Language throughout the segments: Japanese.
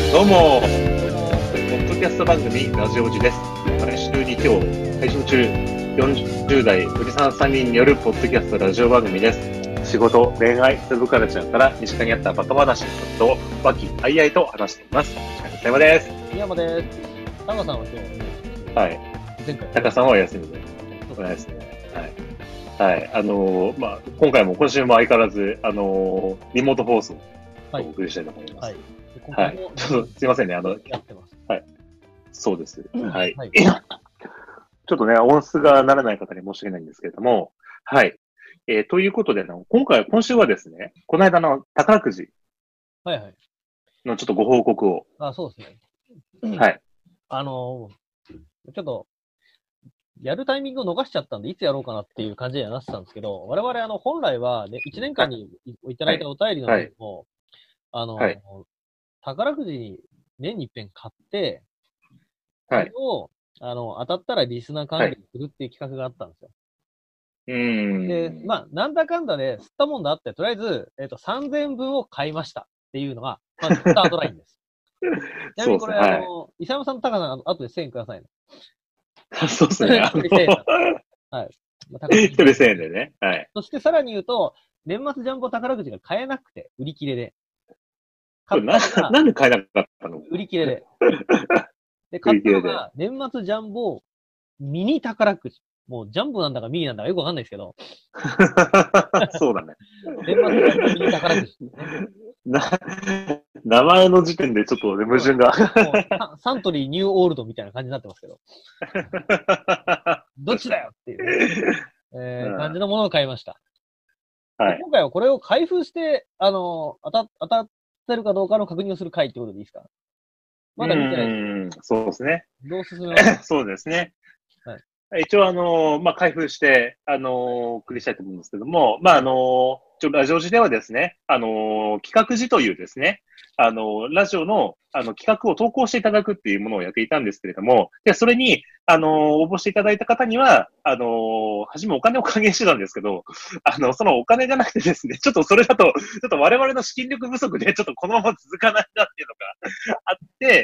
どうも、ポッドキャスト番組ラジオジです。毎週日曜配信中、40代おじさん3人によるポッドキャストラジオ番組です。仕事、恋愛、サブカルチャーから身近にあったバカ話のことを和気あいあいと話しています。北山です。 宮山です。タカさんは今日はい。 前回。 タカさんはお休みで。お願いですね。はい。はい。今週も相変わらず、リモート放送をお送りしたいと思います。はい。はい。ちょっと、すいませんね。 やってます。 はい。そうです。はい。 はい、 ちょっとね、音質がならない方に申し訳ないんですけれども、はい。ということで、今週はですね、この間の宝くじのちょっとご報告を。 あ、そうですね。 はい。 ちょっと、やるタイミングを逃しちゃったんで、いつやろうかなっていう感じにはなってたんですけど、我々、本来は、ね、1年間にいただいたお便りの分を、宝くじに年に一遍買って、それを、当たったらリスナー還元するっていう企画があったんですよ。で、なんだかんだで、吸ったもんだって、とりあえず、3000円分を買いましたっていうのが、まずスタートラインです。ちなみにこれ、伊沢さんと高さん、後で1000円くださいね。 そうですね。 一人1000円。はい。 一人1000円でね。はい。 そしてさらに言うと、年末ジャンボ宝くじが買えなくて、売り切れで。 なんで買えなかったの？ 売り切れで。で、買ったのが、年末ジャンボミニ宝くじ。もうジャンボなんだかミニなんだかよくわかんないですけど。 そうだね。 年末ジャンボミニ宝くじ、 名前の時点でちょっと、ね、矛盾が。 サントリーニューオールドみたいな感じになってますけど。どっちだよっていう、感じのものを買いました。はい。今回はこれを開封して、当たってるかどうかの確認をする回ってことでいいですか？まだ見てないです。 そうですね。 どう進めますか？ そうですね。はい。一応開封して、お送りしたいと思うんですけども、ラジオ時ではですね、企画時というですね、ラジオの、企画を投稿していただくっていうものをやっていたんですけれども、で、それに、応募していただいた方には、初めお金を還元してたんですけど、そのお金じゃなくてですね、ちょっとそれだと、ちょっと我々の資金力不足で、ちょっとこのまま続かないなっていうのがあって、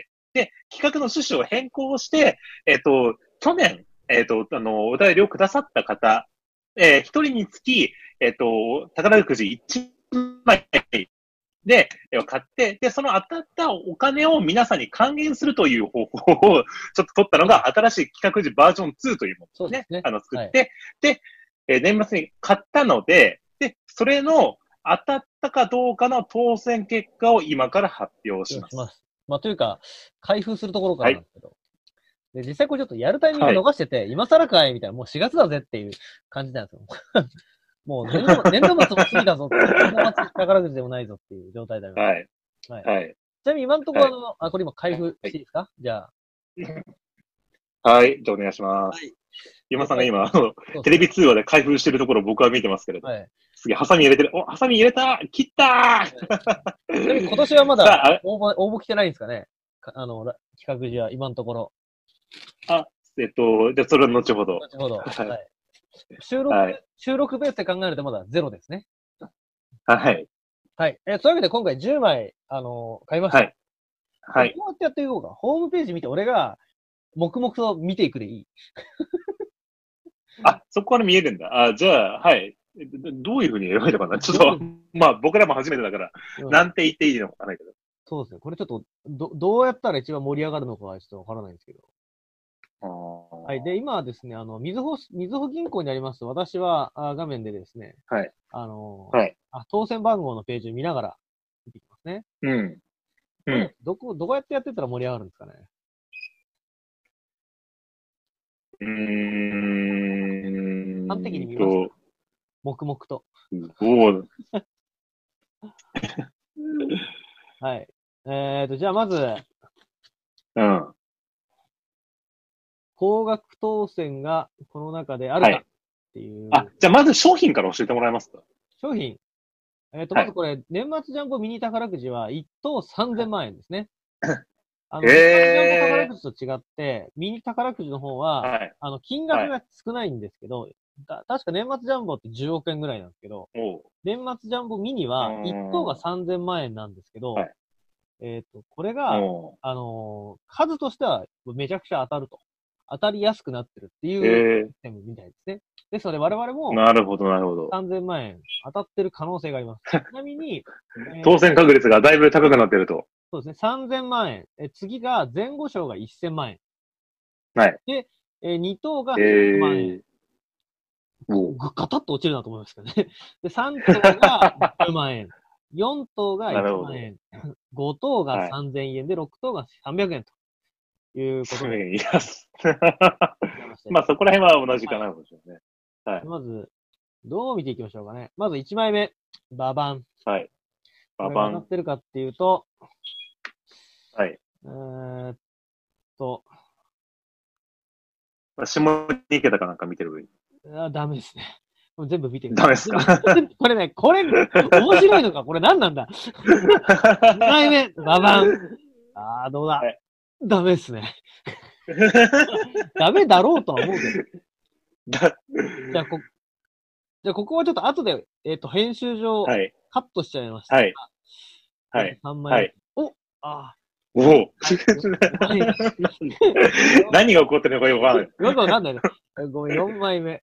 で、企画の趣旨を変更して、去年、お便りをくださった方、一人につき、宝くじ1枚で、買って、で、その当たったお金を皆さんに還元するという方法をちょっと取ったのが、新しい企画時バージョン2というものですね。作って、で、年末に買ったので、で、それの当たったかどうかの当選結果を今から発表します。 というか、開封するところからなんですけど。で、実際これちょっとやるタイミング逃してて、今更かいみたいな、もう4月だぜっていう感じなんですよ。もう年度末も過ぎたぞって、年度末宝くじでもないぞっていう状態であります。はい。はい。ちなみに今のところこれ今開封していいですか？じゃあ。はい、じゃあお願いします。はい。山さんが今、テレビ通話で開封してるところを僕は見てますけれど。はい。すげえ、ハサミ入れてる。お、ハサミ入れた！切ったー！ちなみに今年はまだ応募来てないんですかね？企画時は今のところ。 じゃあそれは後ほど。 後ほど。はい。収録ベースで考えるとまだゼロですね。 はい。 はい。そういうわけで今回10枚、買いました。はい。はい。どうやってやっていこうか。ホームページ見て、俺が、黙々と見ていくでいい。 あ、そこから見えるんだ。あ、じゃあ、はい。どういうふうに選べたかなちょっと、僕らも初めてだから、なんて言っていいのかわからないけど。 そうですね。これちょっと、どうやったら一番盛り上がるのかはちょっとわからないんですけど。はい。で、今はですね、みずほ銀行にあります。私は、画面でですね、はい。はい。当選番号のページを見ながら見ていきますね。うん。うん。どうやってやってたら盛り上がるんですかね。端的に見ますか？黙々と。はい。じゃあまず、うん。高額当選がこの中であるかっていう。 じゃあまず商品から教えてもらえますか？ 商品。まずこれ、年末ジャンボミニ宝くじは1等3000万円ですね。年末ジャンボ宝くじと違って、ミニ宝くじの方は、金額が少ないんですけど、確か年末ジャンボって10億円ぐらいなんですけど、年末ジャンボミニは1等が3000万円なんですけど、 これが、数としてはめちゃくちゃ当たると。当たりやすくなってるっていうシステムみたいですね。ですので我々も、 なるほど、なるほど。 3000万円当たってる可能性があります。ちなみに、 当選確率がだいぶ高くなってると。 そうですね、3000万円。次が前後賞が1000万円。 はい。 で、2等が100万円。ガタッと落ちるなと思いますけどね。で、3等が10万円。4等が1万円。5等が3000円で、6等が300円ということで。 まあそこら辺は同じかな、もしれないね。はい。 まず、どう見ていきましょうかね。まず1枚目。ババン。 はい。 ババン。当たってるかっていうと、 はい。下に行けたかなんか見てる上に。 ダメですね。全部見てる。 ダメですかこれね、面白いのかこれ何なんだ ?2 枚目、ババン。どうだ、はい、ダメですね。ダメだろうとは思うけど。じゃあ、ここはちょっと後で、編集上、カットしちゃいました。 はい。はい。 3枚目。はい、 お何が起こってるのかよくわかんない。 よくわかんないね。ごめん、4枚目。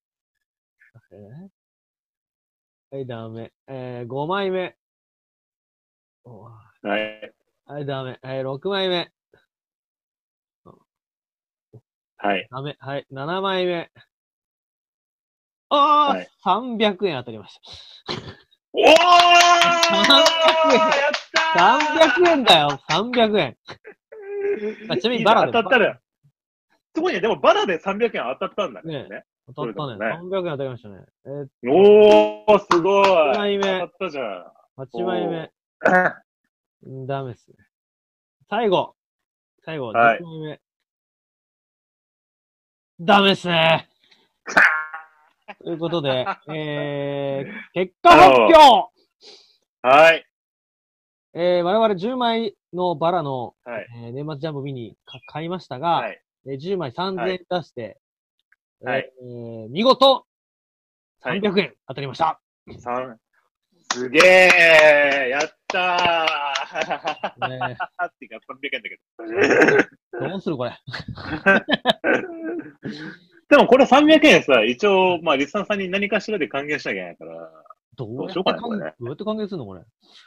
はい、ダメ。5枚目。 はい。 はい、ダメ。6枚目。 はい。 ダメ。はい、7枚目。はい、300円当たりました。 おー !300 円やったー !300 円だよ !300 円。ちなみにバラで当たったら。すごいね。でもバラで300円当たったんだね。 当たったね。300円当たりましたね。 おー、すごい。 8枚目。 当たったじゃん。 8枚目。ダメっすね。最後、10枚目。ダメっすね。ということで、結果発表はい。 我々10枚のバラの、年末ジャンボミニ買いましたが、10枚3000円出して、見事、300円当たりました。 すげーやったーっていうか300円だけど。どうするこれ。 でもこれ300円さ、一応、まあ、リスナーさんに何かしらで還元しなきゃいけないから。 どうしようかね、これね。どうやって還元するのこれ。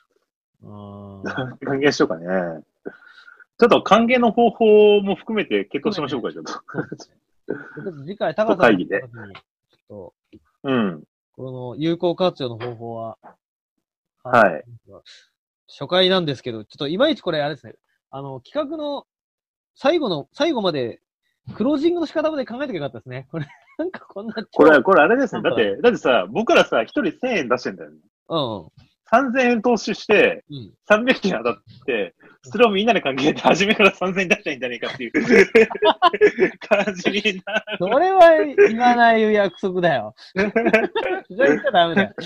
還元しようかね。ちょっと還元の方法も含めて検討しましょうか、ちょっと。 次回、高さん会議で。 この有効活用の方法は、 はい。 初回なんですけど、ちょっといまいちこれあれですね。企画の最後まで、クロージングの仕方まで考えておけばよかったですね。これ、なんかこんな。 これあれですね。だってさ、僕らさ、一人1000円出してんだよね。3000円投資して、300円当たって、それをみんなで還元で初めから3000円出したらいいんじゃないかっていう感じになる。 それは言わない約束だよ。それ言っちゃダメだよ。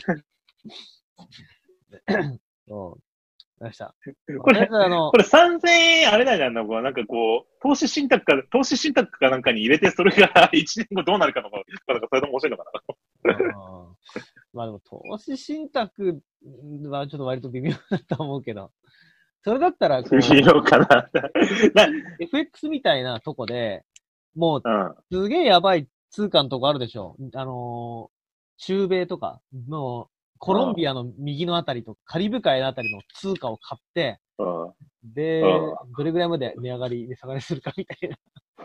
ました。 これ3000円、あれなんだよ、なんかこう、投資信託かなんかに入れて、それが1年後どうなるかとか、それとも面白いのかな。 まあでも、投資信託はちょっと割と微妙だと思うけど、それだったら、 微妙かな。 FX みたいなとこで、もう、すげえやばい通貨のとこあるでしょ。中米とか、もう、コロンビアの右のあたりとカリブ海のあたりの通貨を買って、で、どれぐらいまで値上がり、値下がりするかみたいな。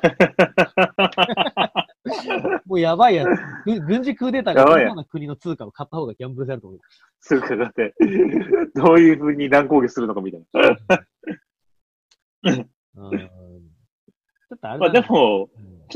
もうやばいやつ。軍事クーデターがどの国の通貨を買った方がギャンブルであると思う。 通貨だって、どういう風に乱攻撃するのかみたいな。ちょっとあれだ、ね。でも、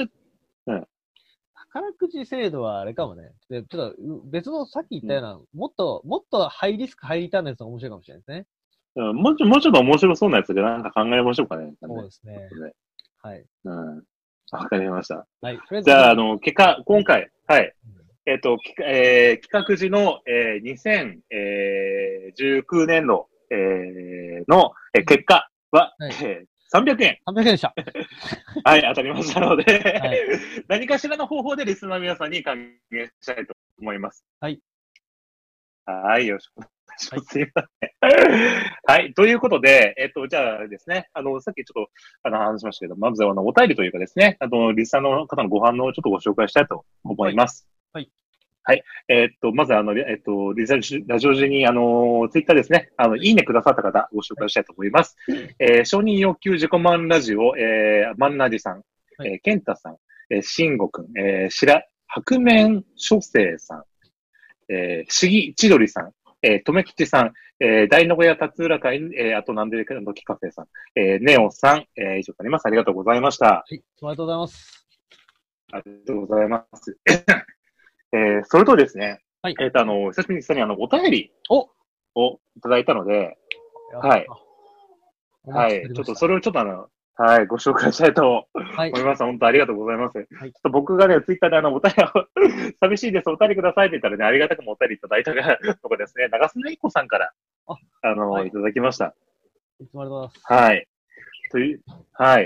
宝くじ制度はあれかもね。ちょっと別のさっき言ったような、もっとハイリスク、ハイリターンのやつが面白いかもしれないですね。 もうちょっと面白そうなやつでなんか考えましょうかね。 そうですね。はい。 わかりました。 はい。 じゃあ、結果、今回、はい。企画時の、2019年度、の、結果は、300円。 300円でした。 はい、当たりましたので、何かしらの方法でリスナーの皆さんに還元したいと思います。 はい。 はい、よろしくお願いすいません。はい。ということで、じゃあですね、さっきちょっと、話しましたけど、まずは、お便りというかですね、リスナーの方のご反応をちょっとご紹介したいと思います。 はい。 はい。まず、ラジオ時に、ツイッターですね、いいねくださった方、ご紹介したいと思います。承認欲求自己満ラジオ、マンナジさん、ケンタさん、シンゴくん、白面書生さん、しぎちどりさん、とめきちさん、大野小屋達浦会、あとなんでのきカフェさん、ネオさん、以上となります。ありがとうございました。 はい、ありがとうございます。 ありがとうございます。それとですね、 はい。 久しぶりにお便りをいただいたので、はい。はい。ちょっとそれをちょっとはい、ご紹介したいと思います。本当ありがとうございます。ちょっと僕がね、ツイッターでお便りを、寂しいです、お便りくださいって言ったらね、ありがたくもお便りいただいたとこですね、長須根一子さんから、いただきました。 いつもありがとうございます。 はい。という、はい。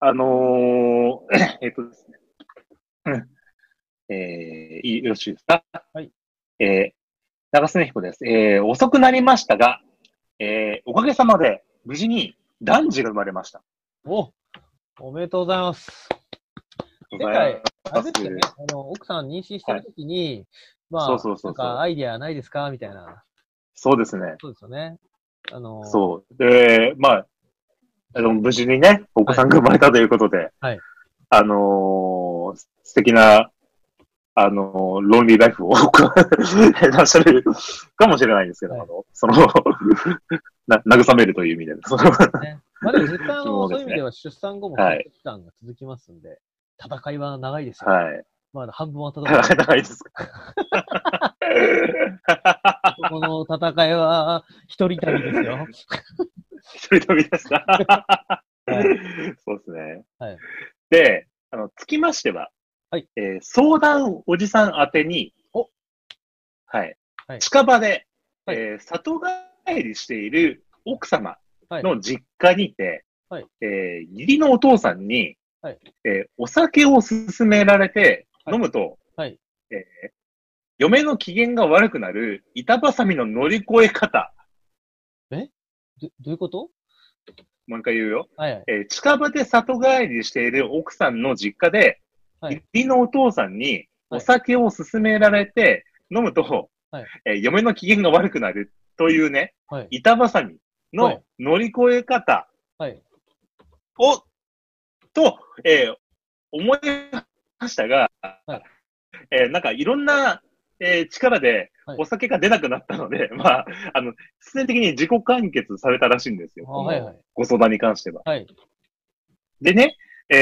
ですね。よろしいですか？ はい。 長須根彦です。遅くなりましたが、おかげさまで、無事に男児が生まれました。 おめでとうございます。前回、あれですよね、奥さん妊娠してるときに、まあ、なんかアイディアないですかみたいな。 そうですね。 そうですよね。 そう。で、まあ、無事にね、お子さんが生まれたということで、 はい。 素敵な、ロンリーライフを出されるかもしれないんですけど、慰めるという意味で。 まあでも実際そういう意味では出産後も期間が続きますんで、戦いは長いですよ。 はい。 まだ半分は長いですか。 この戦いは一人旅ですよ。 一人旅ですか。そうですね。 はい。 で、つきましては、 はい。 相談おじさん宛てに、はい。近場で、里帰りしている奥様の実家にて、義理のお父さんに、お酒を勧められて飲むと、嫁の機嫌が悪くなる板挟みの乗り越え方。 どういうこと？ もう一回言うよ。近場で里帰りしている奥さんの実家で、義理のお父さんにお酒を勧められて飲むと、嫁の機嫌が悪くなるというね、板挟みの乗り越え方と、思いましたが、なんかいろんな、力でお酒が出なくなったので、まあ、必然的に自己完結されたらしいんですよ。ご相談に関しては。でね、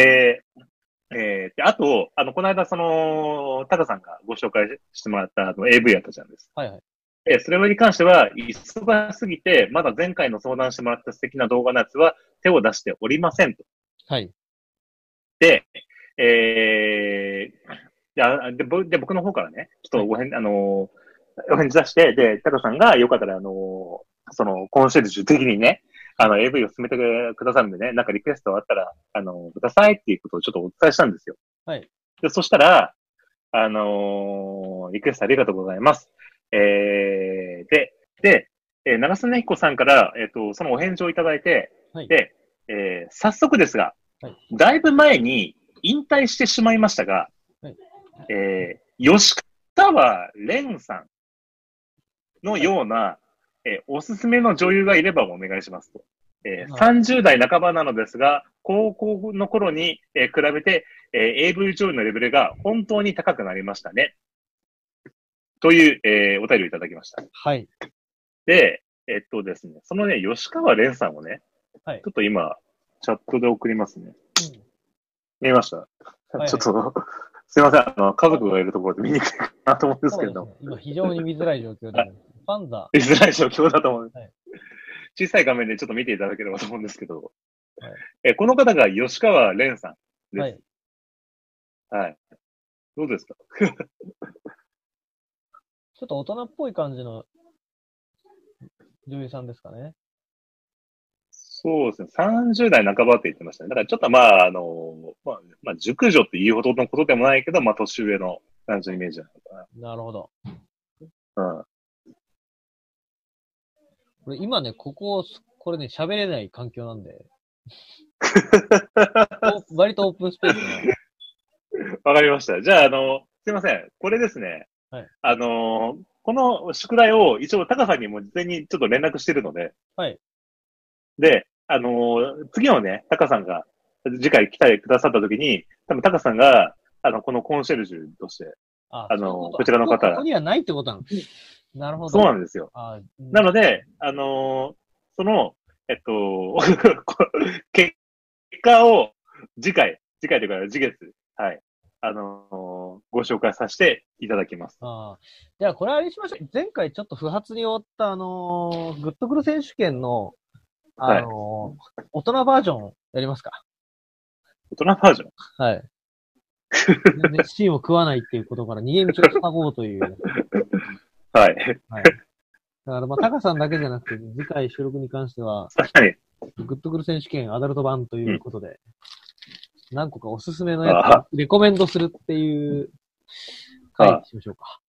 あと、この間、タカさんがご紹介してもらったAV やったじゃんです。それに関しては、忙しすぎて、まだ前回の相談してもらった素敵な動画のやつは手を出しておりませんと。で、僕の方からね、ちょっとお返事出して、で、タカさんがよかったら、コンシェルジュ的にね、AV を進めてくださるんでね、なんかリクエストあったら、くださいっていうことをちょっとお伝えしたんですよ。で、そしたら、リクエストありがとうございます。で、長須根彦さんから、そのお返事をいただいて、で、早速ですが、だいぶ前に引退してしまいましたが、吉川蓮さんのような、おすすめの女優がいればお願いしますと。30代半ばなのですが、高校の頃に、比べて、AV 女優のレベルが本当に高くなりましたね。という、お便りをいただきました。で、ですね、そのね、吉川蓮さんをね、ちょっと今、チャットで送りますね。見えました、ちょっと、すいません、家族がいるところで見にくいかなと思うんですけど。 今非常に見づらい状況で、ファンザ。 見づらい状況だと思う。小さい画面でちょっと見ていただければと思うんですけど、この方が吉川蓮さんです。どうですか？ ちょっと大人っぽい感じの女優さんですかね。 そうですね。30代半ばって言ってましたね。だからちょっとまあ、熟女っていうほどのことでもないけど、まあ、年上の感じのイメージなのかな。なるほど。 うん。 これ今ね、これね、喋れない環境なんで。割とオープンスペースな。 わかりました。じゃあ、すいません。これですね。 はい。 この宿題を一応タカさんにも事前にちょっと連絡してるので。 はい。 で、次のね、タカさんが次回来てくださった時に、多分タカさんが、このコンシェルジュとして、こちらの方が。 ここにはないってことなの。なるほど。 そうなんですよ。なので、その、結果を次回というか次月、はい、ご紹介させていただきます。 じゃあこれあれにしましょう。前回ちょっと不発に終わったグッとくる選手権の、大人バージョンやりますか。 大人バージョンはい。全然シーンを食わないっていうことから逃げ道を塞ごうという。 はい。 はい。だからまあ、タカさんだけじゃなくて、次回収録に関しては、 はい。 グッとくる選手権アダルト版ということで、何個かおすすめのやつをレコメンドするっていう回にしましょうか。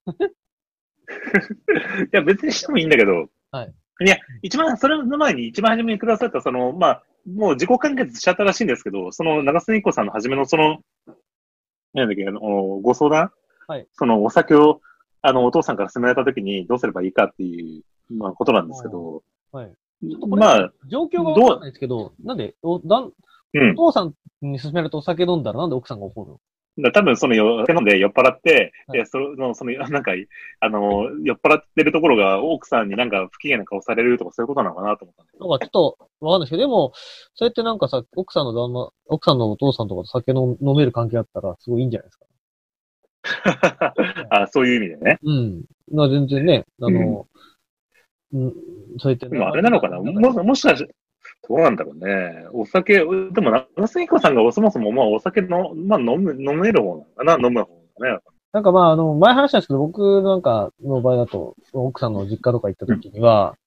いや、別にしてもいいんだけど、 はい。 いや、それの前に一番初めにくださった、まあ、もう自己完結しちゃったらしいんですけど、長須日子さんの初めのなんだっけ、ご相談はい。 お酒を、お父さんから勧められた時にどうすればいいかっていう、まあ、ことなんですけど、 はい。 まあ、 状況がわかんないですけど、なんで、お父さんに勧められてお酒飲んだらなんで奥さんが怒るの？ 多分酒飲んで酔っ払って、はい、なんか、酔っ払ってるところが奥さんになんか不機嫌な顔されるとかそういうことなのかなと思ったんだけど。 なんかちょっとわかんないですけど、でも、そうやってなんかさ、奥さんのお父さんとかと酒飲める関係あったらすごいいいんじゃないですか。 あ、そういう意味でね。 うん。全然ね、そうやってね。あれなのかなもしかして、どうなんだろうね。お酒、でも、長瀬彦さんがそもそも、まあ、お酒の、まあ、飲める方なのかな飲む方だね。 なんかまあ、前話したんですけど、僕なんかの場合だと、奥さんの実家とか行った時には、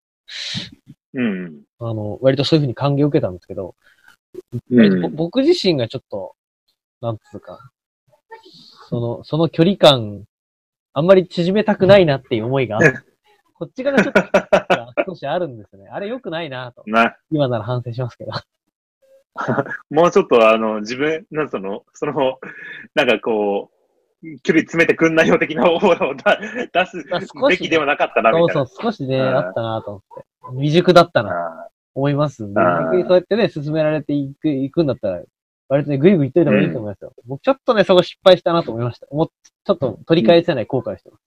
割とそういうふうに歓迎を受けたんですけど、僕自身がちょっと、なんつうか、その距離感、あんまり縮めたくないなっていう思いがあって、こっち側がちょっと少しあるんですよね。あれ良くないなと。今なら反省しますけど。 もうちょっと自分、なんかこう、距離詰めてくんないよ的なオーラを出すべきではなかったな、みたいな。 そう、少しね、あったなと思って。未熟だったな、思いますんで、逆にそうやってね、進められていくんだったら、割とね、ぐいぐい言っといた方がいいと思いますよ。僕ちょっとね、そこ失敗したなと思いました。ちょっと取り返せない後悔してます。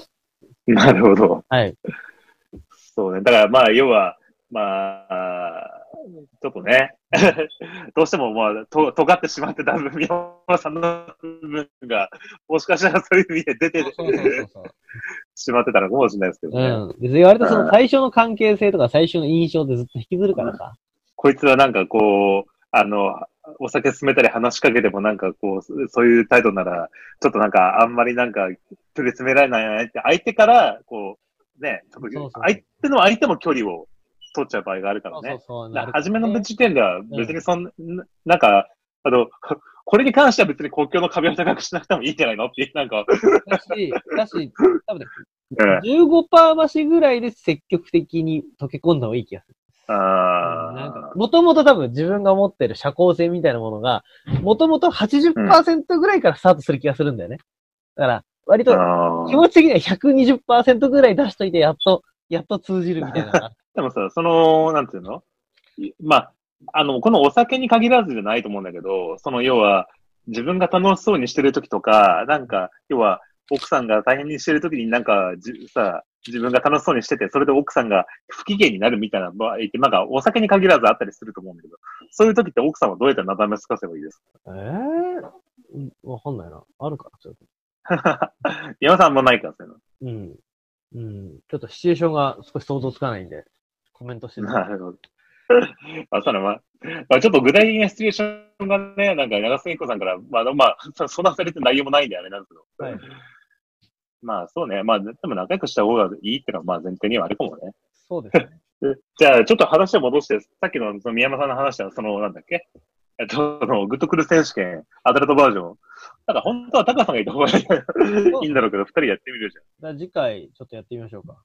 なるほど。 はい。 そうね。だからまあ、要は、まあ、ちょっとね、どうしてもまあ、尖ってしまってた分、宮本さんの部分が、もしかしたらそういう意味で出てしまってたのかもしれないですけどね。 うん。別に言われたその最初の関係性とか最初の印象でずっと引きずるからさ。 こいつはなんかこう、お酒進めたり話しかけてもなんかこう、そういう態度なら、ちょっとなんかあんまりなんか距離詰められないよねって、相手から、こう、ね、相手も距離を取っちゃう場合があるからね。初めの時点では別になんか、これに関しては別に国境の壁を高くしなくてもいいんじゃないのっていう、なんか。 だし、多分ね、15% 増しぐらいで積極的に溶け込んだ方がいい気がする。なんか、もともと多分自分が持ってる社交性みたいなものが、もともと 80% ぐらいからスタートする気がするんだよね。だから、割と気持ち的には 120% ぐらい出しといて、やっと通じるみたいな。 でもさ、なんていうのまあ、このお酒に限らずじゃないと思うんだけど、要は、自分が楽しそうにしてる時とか、なんか、要は、奥さんが大変にしてる時になんか、自分が楽しそうにしてて、それで奥さんが不機嫌になるみたいな場合って、なんかお酒に限らずあったりすると思うんだけど、そういう時って奥さんはどうやってなだめつかせばいいですか？ わかんないな。あるかな、ちょっと。 山さんあんまないから、そういうの。ちょっとシチュエーションが少し想像つかないんで、コメントしてる。 なるほど。まあ、ちょっと具体的なシチュエーションがね、なんか長瀬彦さんから、相談されて内容もないんであれなんですけど。はい。まあそうね。まあ、でも仲良くした方がいいっていうのは、まあ前提にはあるかもね。 そうですね。 じゃあ、ちょっと話を戻して、さっきの宮山さんの話は、なんだっけグッとくる選手権、アダルトバージョン。なんか本当はタカさんがいた方がいいんだろうけど、二人やってみるじゃん。 次回、ちょっとやってみましょうか。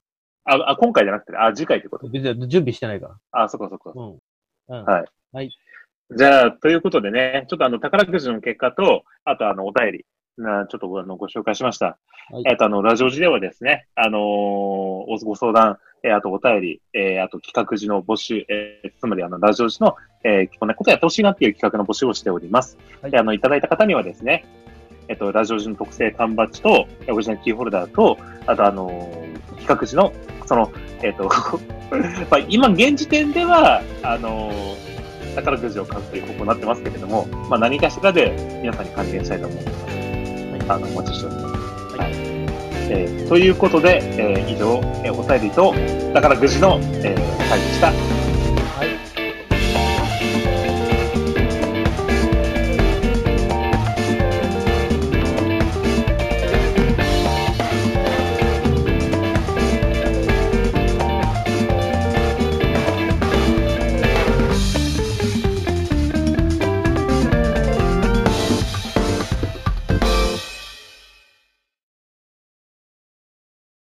今回じゃなくて、次回ってこと。 別に準備してないから。そっかそっか。 うん。 はい。 はい。 じゃあ、ということでね、ちょっと宝くじの結果と、あとお便り、ちょっとご紹介しました。はい、ラジオ時ではですね、ご相談、あとお便り、あと企画時の募集、つまりラジオ時の、こんなことやってほしいなっていう企画の募集をしております。はい、いただいた方にはですね、ラジオ時の特製缶バッジと、オリジナルキーホルダーと、あと企画時の、まあ、今現時点では、宝くじを買うという方向になってますけれども、まあ、何かしらで皆さんに還元したいと思ってます。お待ちしております。はい。ということで、以上、お便りと宝くじの、お便りでした。